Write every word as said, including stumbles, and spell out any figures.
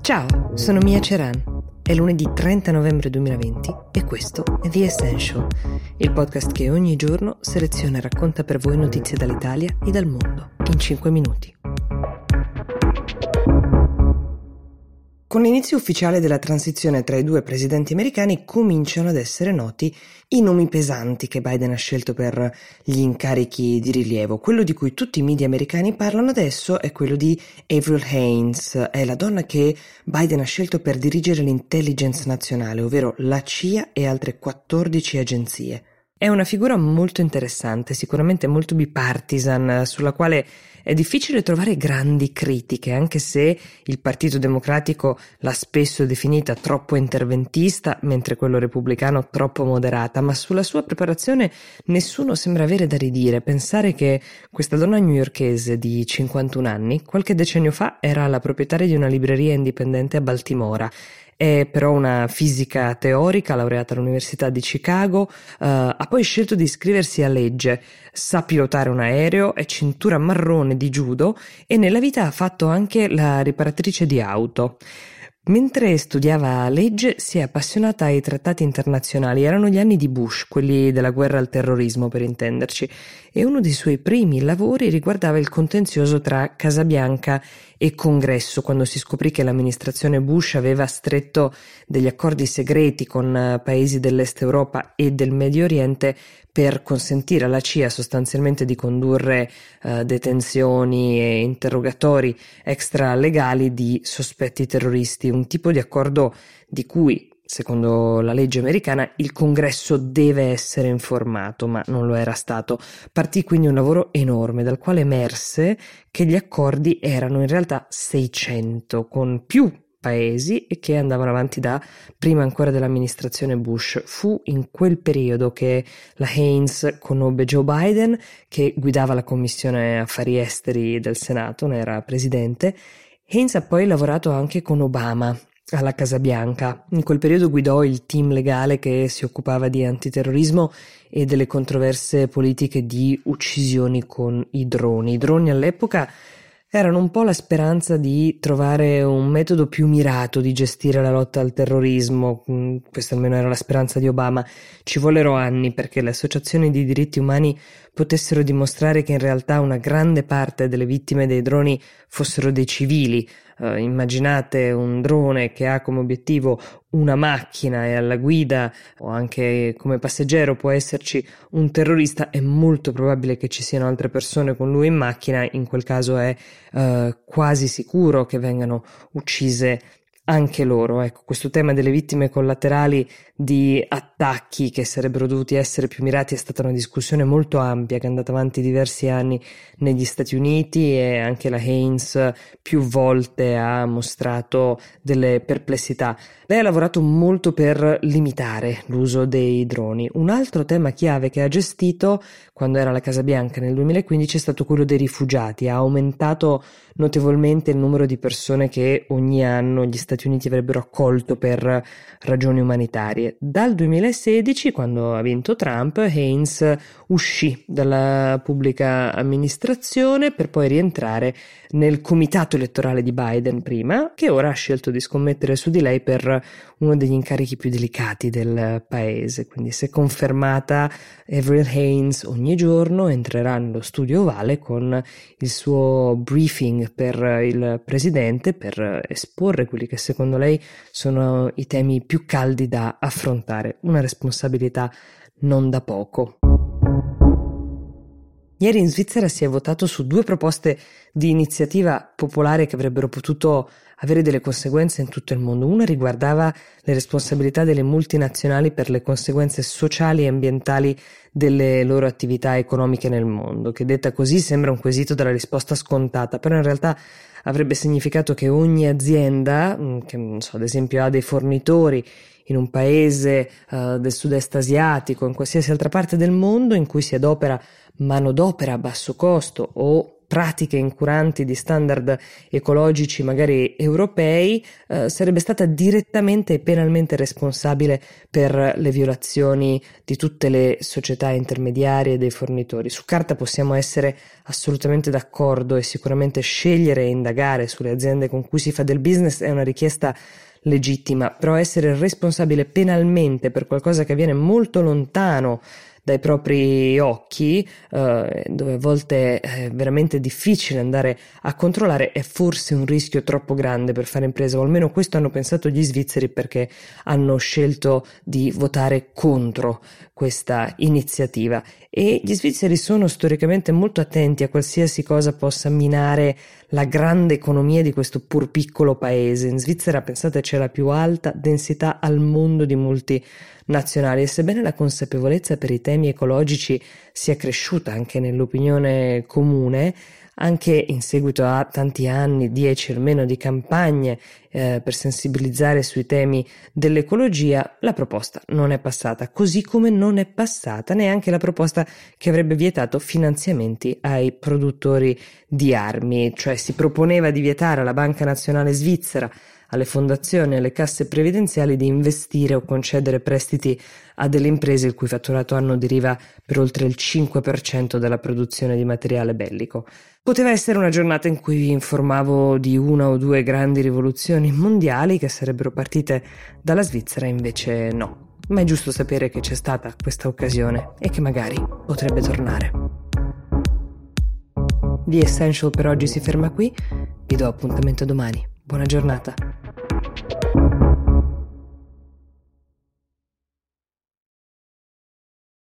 Ciao, sono Mia Ceran. È lunedì trenta novembre duemilaventi e questo è The Essential, il podcast che ogni giorno seleziona e racconta per voi notizie dall'Italia e dal mondo, in cinque minuti. Con l'inizio ufficiale della transizione tra i due presidenti americani cominciano ad essere noti i nomi pesanti che Biden ha scelto per gli incarichi di rilievo. Quello di cui tutti i media americani parlano adesso è quello di Avril Haines, è la donna che Biden ha scelto per dirigere l'intelligence nazionale, ovvero la C I A e altre quattordici agenzie. È una figura molto interessante, sicuramente molto bipartisan, sulla quale è difficile trovare grandi critiche, anche se il Partito Democratico l'ha spesso definita troppo interventista, mentre quello repubblicano troppo moderata, ma sulla sua preparazione nessuno sembra avere da ridire. Pensare che questa donna newyorkese di cinquantuno anni, qualche decennio fa, era la proprietaria di una libreria indipendente a Baltimora. È però una fisica teorica, laureata all'Università di Chicago, uh, ha poi scelto di iscriversi a legge, sa pilotare un aereo, è cintura marrone di judo e nella vita ha fatto anche la riparatrice di auto. Mentre studiava legge si è appassionata ai trattati internazionali. Erano gli anni di Bush, quelli della guerra al terrorismo per intenderci, e uno dei suoi primi lavori riguardava il contenzioso tra Casa Bianca e Congresso, quando si scoprì che l'amministrazione Bush aveva stretto degli accordi segreti con paesi dell'Est Europa e del Medio Oriente per consentire alla C I A sostanzialmente di condurre uh, detenzioni e interrogatori extralegali di sospetti terroristi, un tipo di accordo di cui, secondo la legge americana, il Congresso deve essere informato, ma non lo era stato. Partì quindi un lavoro enorme, dal quale emerse che gli accordi erano in realtà seicento, con più paesi e che andavano avanti da prima ancora dell'amministrazione Bush. Fu in quel periodo che la Haines conobbe Joe Biden, che guidava la Commissione Affari Esteri del Senato, ne era presidente. Haines ha poi lavorato anche con Obama alla Casa Bianca. In quel periodo guidò il team legale che si occupava di antiterrorismo e delle controverse politiche di uccisioni con i droni. I droni all'epoca erano un po' la speranza di trovare un metodo più mirato di gestire la lotta al terrorismo. Questa almeno era la speranza di Obama. Ci vollero anni perché le associazioni di diritti umani potessero dimostrare che in realtà una grande parte delle vittime dei droni fossero dei civili. Uh, immaginate un drone che ha come obiettivo una macchina e alla guida o anche come passeggero può esserci un terrorista. È molto probabile che ci siano altre persone con lui in macchina. In quel caso è uh, quasi sicuro che vengano uccise anche loro. Ecco, questo tema delle vittime collaterali di attacchi che sarebbero dovuti essere più mirati è stata una discussione molto ampia che è andata avanti diversi anni negli Stati Uniti, e anche la Haines più volte ha mostrato delle perplessità. Lei ha lavorato molto per limitare l'uso dei droni. Un altro tema chiave che ha gestito quando era alla Casa Bianca nel duemilaquindici è stato quello dei rifugiati. Ha aumentato notevolmente il numero di persone che ogni anno gli Stati Uniti avrebbero accolto per ragioni umanitarie. Dal duemilasedici, quando ha vinto Trump, Haines uscì dalla pubblica amministrazione per poi rientrare nel comitato elettorale di Biden prima, che ora ha scelto di scommettere su di lei per uno degli incarichi più delicati del paese. Quindi, se confermata, Avril Haines ogni giorno entrerà nello studio ovale con il suo briefing per il presidente per esporre quelli che secondo lei sono i temi più caldi da affrontare. Una responsabilità non da poco. Ieri in Svizzera si è votato su due proposte di iniziativa popolare che avrebbero potuto avere delle conseguenze in tutto il mondo. Una riguardava le responsabilità delle multinazionali per le conseguenze sociali e ambientali delle loro attività economiche nel mondo, che detta così sembra un quesito dalla risposta scontata, però in realtà avrebbe significato che ogni azienda, che non so, ad esempio ha dei fornitori in un paese uh, del sud-est asiatico, in qualsiasi altra parte del mondo in cui si adopera manodopera a basso costo o pratiche incuranti di standard ecologici magari europei, eh, sarebbe stata direttamente e penalmente responsabile per le violazioni di tutte le società intermediarie e dei fornitori. Su carta possiamo essere assolutamente d'accordo e sicuramente scegliere e indagare sulle aziende con cui si fa del business è una richiesta legittima, però essere responsabile penalmente per qualcosa che avviene molto lontano dai propri occhi, eh, dove a volte è veramente difficile andare a controllare, è forse un rischio troppo grande per fare impresa, o almeno questo hanno pensato gli svizzeri, perché hanno scelto di votare contro questa iniziativa. E gli svizzeri sono storicamente molto attenti a qualsiasi cosa possa minare la grande economia di questo pur piccolo paese. In Svizzera, pensate, c'è la più alta densità al mondo di multinazionali, e sebbene la consapevolezza per i temi ecologici sia cresciuta anche nell'opinione comune, anche in seguito a tanti anni, dieci almeno, di campagne eh, per sensibilizzare sui temi dell'ecologia, la proposta non è passata, così come non è passata neanche la proposta che avrebbe vietato finanziamenti ai produttori di armi. Cioè si proponeva di vietare alla Banca Nazionale Svizzera, alle fondazioni e alle casse previdenziali di investire o concedere prestiti a delle imprese il cui fatturato anno deriva per oltre il cinque per cento dalla produzione di materiale bellico. Poteva essere una giornata in cui vi informavo di una o due grandi rivoluzioni mondiali che sarebbero partite dalla Svizzera, invece no. Ma è giusto sapere che c'è stata questa occasione e che magari potrebbe tornare. The Essential per oggi si ferma qui, vi do appuntamento domani. Buona giornata.